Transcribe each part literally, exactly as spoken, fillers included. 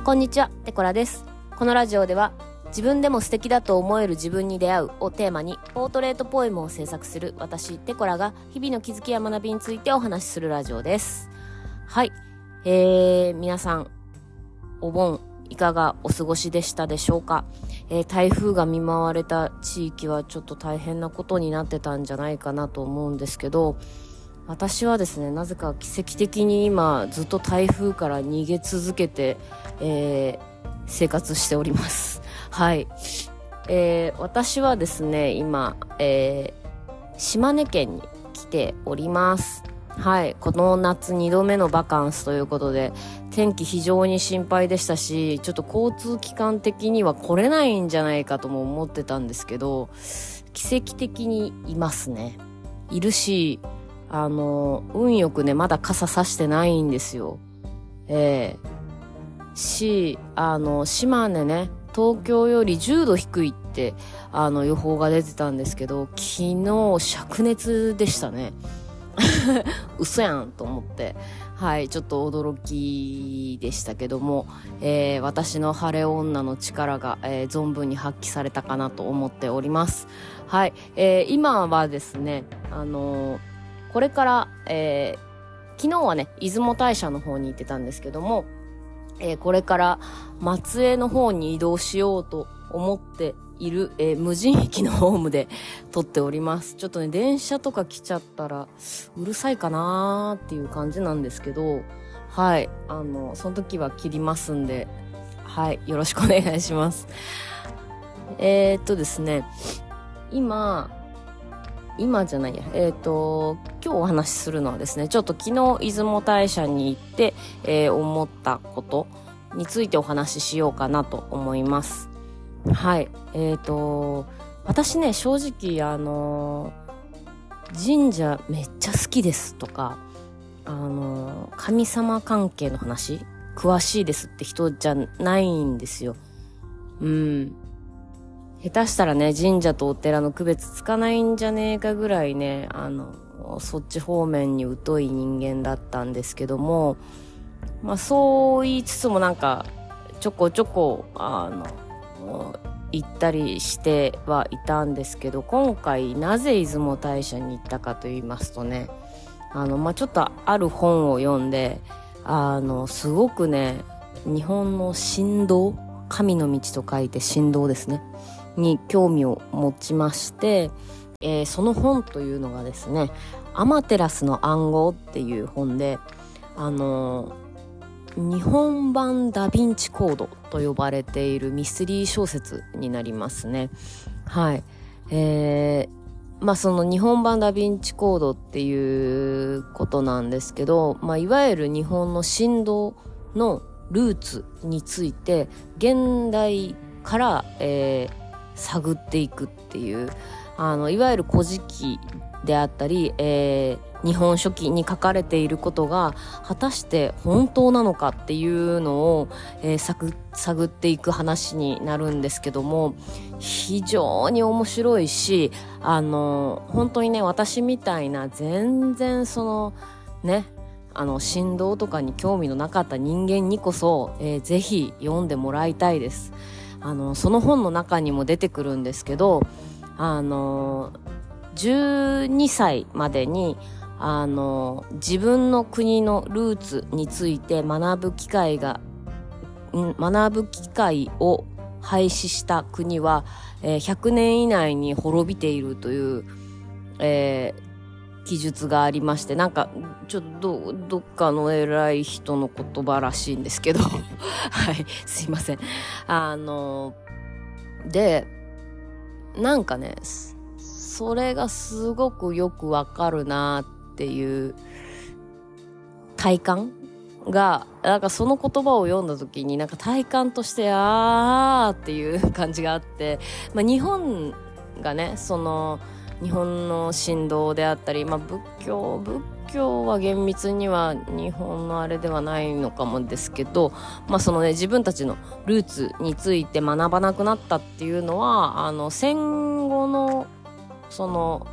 こんにちは、テコラです。このラジオでは自分でも素敵だと思える自分に出会うをテーマにポートレートポエムを制作する私テコラが日々の気づきや学びについてお話しするラジオです。はい、えー、皆さんお盆いかがお過ごしでしたでしょうか。えー、台風が見舞われた地域はちょっと大変なことになってたんじゃないかなと思うんですけど、私はですね、なぜか奇跡的に今ずっと台風から逃げ続けて、えー、生活しております。はい、えー、私はですね今、えー、島根県に来ております。はい、この夏にどめのバカンスということで天気非常に心配でしたし、ちょっと交通機関的には来れないんじゃないかとも思ってたんですけど、奇跡的にいますね。いるし、あの運よくねまだ傘さしてないんですよ。えー、しあの島根ね東京よりじゅうど低いってあの予報が出てたんですけど、昨日灼熱でしたね。嘘やんと思って、はい、ちょっと驚きでしたけども、えー、私の晴れ女の力が、えー、存分に発揮されたかなと思っております。はい、えー、今はですね、あのー、これから、えー、昨日はね出雲大社の方に行ってたんですけども、えー、これから松江の方に移動しようと思っている、えー、無人駅のホームで撮っております。ちょっとね電車とか来ちゃったらうるさいかなーっていう感じなんですけど、はい、あのその時は切りますんで、はい、よろしくお願いします。えー、っとですね今今じゃないやえー、っと今日お話しするのはですね、ちょっと昨日出雲大社に行って、えー、思ったことについてお話ししようかなと思います。はい、えーと私ね正直あの神社めっちゃ好きですとか、あの神様関係の話詳しいですって人じゃないんですよ。うん下手したらね神社とお寺の区別つかないんじゃねえかぐらいね、あのそっち方面に疎い人間だったんですけども、まあそう言いつつもなんかちょこちょこあの行ったりしてはいたんですけど、今回なぜ出雲大社に行ったかと言いますとね、あの、まあ、ちょっとある本を読んで、あのすごくね日本の神道、神の道と書いて神道ですねに興味を持ちまして、えー、その本というのがですねアマテラスの暗号っていう本で、あのー日本版ダヴィンチコードと呼ばれているミステリー小説になりますね。はい、えー、まあその日本版ダヴィンチコードっていうことなんですけど、まあいわゆる日本の神道のルーツについて現代から、えー、探っていくっていう、あのいわゆる古事記であったり、えー日本書紀に書かれていることが果たして本当なのかっていうのを、えー、探, 探っていく話になるんですけども、非常に面白いし、あの本当にね私みたいな全然そのねあの神道とかに興味のなかった人間にこそ、えー、ぜひ読んでもらいたいです。あのその本の中にも出てくるんですけど、あのじゅうにさいまでにあの自分の国のルーツについて学ぶ機会が学ぶ機会を廃止した国は、えー、ひゃくねん以内に滅びているという、えー、記述がありまして、なんかちょっと ど, どっかの偉い人の言葉らしいんですけどはいすいません。あのでなんかねそれがすごくよくわかるなっていう体感が、なんかその言葉を読んだ時になんか体感としてあーっていう感じがあって、まあ、日本がねその日本の神道であったり、まあ、仏教仏教は厳密には日本のあれではないのかもですけど、まあそのね自分たちのルーツについて学ばなくなったっていうのは、あの戦後のその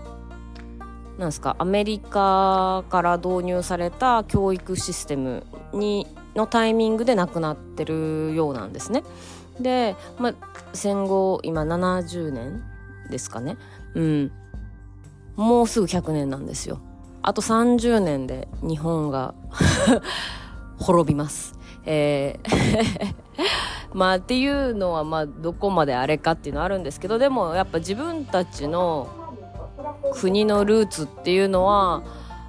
なんですかアメリカから導入された教育システムにのタイミングで亡くなってるようなんですね。で、まあ、戦後今ななじゅうねんですかね。うん。もうすぐひゃくねんなんですよ。あとさんじゅうねんで日本が滅びます。えーまあっていうのはまあどこまであれかっていうのはあるんですけど、でもやっぱ自分たちの国のルーツっていうのは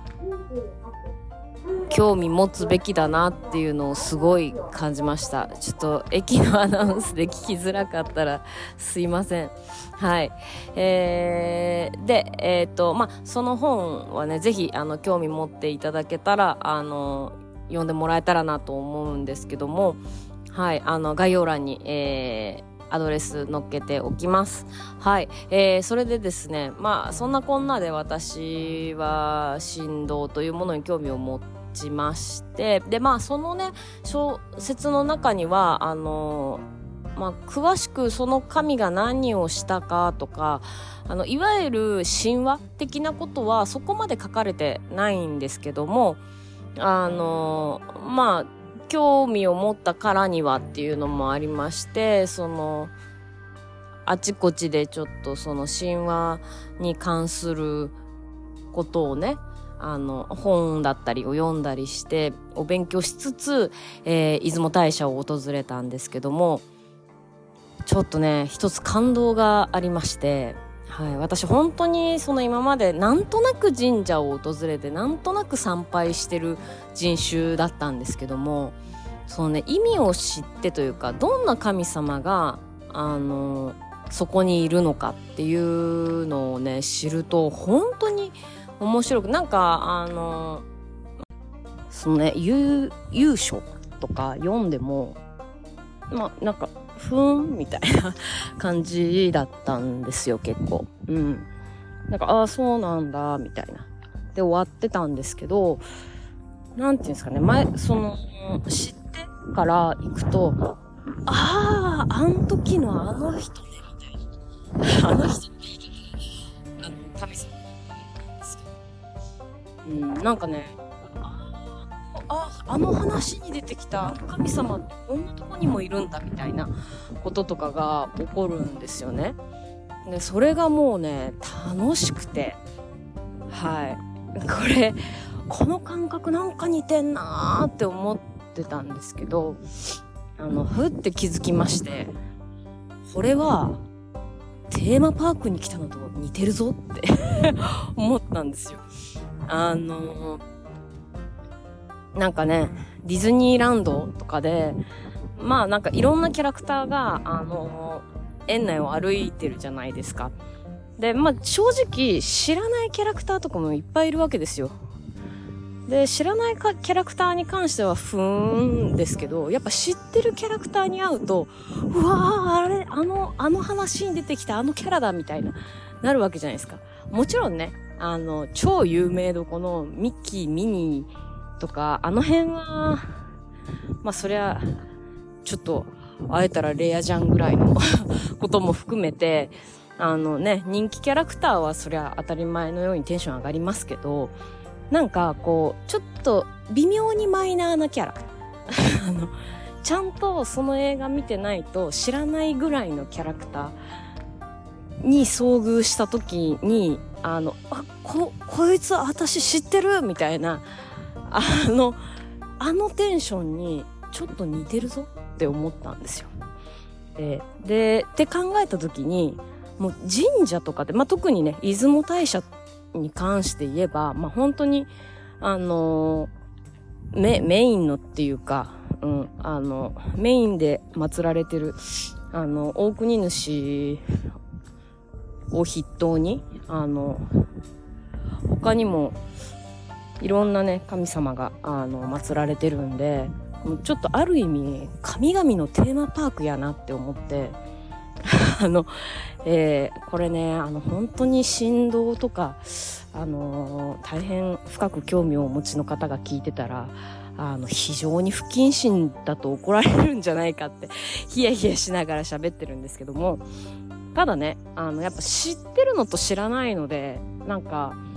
興味持つべきだなっていうのをすごい感じました。ちょっと駅のアナウンスで聞きづらかったらすいません。はい。えー、で、えっと、まあ、その本はね、ぜひ、あの、興味持っていただけたら、あの、読んでもらえたらなと思うんですけども、はい、あの、概要欄に、えー、アドレス載っけておきます。はい。えー、それでですね、まあ、そんなこんなで私は、神道というものに興味を持ちまして、で、まあ、そのね、小説の中には、あの、まあ、詳しくその神が何をしたかとか、あの、いわゆる神話的なことはそこまで書かれてないんですけども、あの、まあ、興味を持ったからにはっていうのもありまして、その、あちこちでちょっとその神話に関することをね、あの、本だったりを読んだりして、お勉強しつつ、えー、出雲大社を訪れたんですけども、ちょっとね、一つ感動がありまして、はい、私本当にその今までなんとなく神社を訪れてなんとなく参拝してる人種だったんですけども、そのね、意味を知ってというか、どんな神様があのそこにいるのかっていうのをね、知ると本当に面白く、なんかあのそのね、ゆゆう書とか読んでも、まあなんかふーんみたいな感じだったんですよ、結構。うん。なんか、ああ、そうなんだ、みたいな。で、終わってたんですけど、なんていうんですかね、前、その、知ってから行くと、ああ、あの時のあの人ね、みたいな。あの人って言い方が、あの、神様なんですけど。うん、なんかね、あ、あの話に出てきた神様ってこんなとこにもいるんだみたいなこととかが起こるんですよね。で、それがもうね、楽しくて、はい。これ、この感覚なんか似てんなーって思ってたんですけど、あの、ふって気づきまして、これは、テーマパークに来たのと似てるぞって思ったんですよ。あのー、なんかね、ディズニーランドとかで、まあなんかいろんなキャラクターが、あのー、園内を歩いてるじゃないですか。で、まあ正直知らないキャラクターとかもいっぱいいるわけですよ。で、知らないかキャラクターに関してはふーんですけど、やっぱ知ってるキャラクターに会うと、うわー、あれ、あの、あの話に出てきたあのキャラだみたいな、なるわけじゃないですか。もちろんね、あの、超有名どこのミッキー、ミニー、とか、あの辺は、まあそりゃ、ちょっと、会えたらレアじゃんぐらいのことも含めて、あのね、人気キャラクターはそりゃ当たり前のようにテンション上がりますけど、なんかこう、ちょっと微妙にマイナーなキャラ。あの、ちゃんとその映画見てないと知らないぐらいのキャラクターに遭遇した時に、あの、あ、こ、こいつ私知ってるみたいな、あの、あのテンションにちょっと似てるぞって思ったんですよ。で、で、って考えたときに、もう神社とかで、まあ、特にね、出雲大社に関して言えば、まあ、本当に、あのー、メ、メインのっていうか、うん、あの、メインで祀られてる、あの、大国主を筆頭に、あの、他にも、いろんなね、神様が、あの、祀られてるんで、ちょっとある意味、神々のテーマパークやなって思って、あの、えー、これね、あの、本当に神道とか、あのー、大変深く興味をお持ちの方が聞いてたら、あの、非常に不謹慎だと怒られるんじゃないかって、ヒヤヒヤしながら喋ってるんですけども、ただね、あの、やっぱ知ってるのと知らないので、なんか、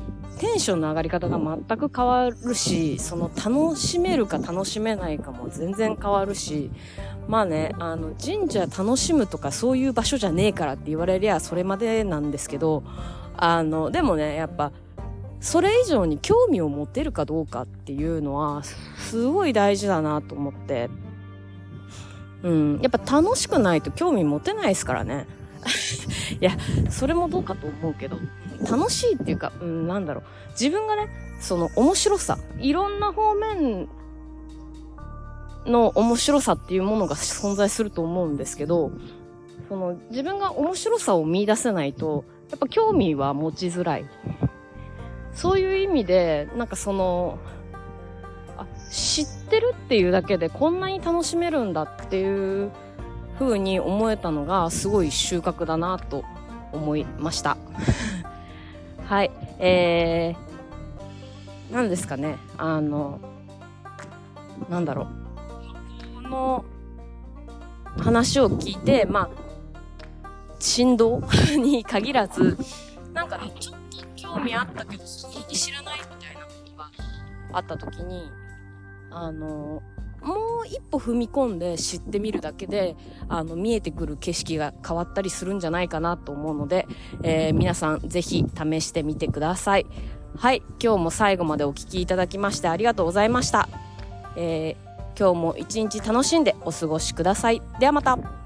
テンションの上がり方が全く変わるし、その楽しめるか楽しめないかも全然変わるし、まあね、あの神社楽しむとかそういう場所じゃねえからって言われりゃそれまでなんですけど、あのでもね、やっぱそれ以上に興味を持てるかどうかっていうのはすごい大事だなと思って、うん、やっぱ楽しくないと興味持てないですからね。いや、それもどうかと思うけど、楽しいっていうか、うん、なんだろう、自分がね、その面白さ、いろんな方面の面白さっていうものが存在すると思うんですけど、その自分が面白さを見出せないと、やっぱ興味は持ちづらい。そういう意味で、なんかその、あ、知ってるっていうだけでこんなに楽しめるんだっていう風に思えたのがすごい収穫だなと思いました。はい、えー、なんですかね、あの、なんだろう、この話を聞いて、まあ、振動に限らず、なんかね、ちょっと興味あったけど、そんなに知らないみたいなことがあったときに、あの、もう一歩踏み込んで知ってみるだけで、あの、見えてくる景色が変わったりするんじゃないかなと思うので、えー、皆さんぜひ試してみてください。はい、今日も最後までお聞きいただきましてありがとうございました。えー、今日も一日楽しんでお過ごしください。ではまた。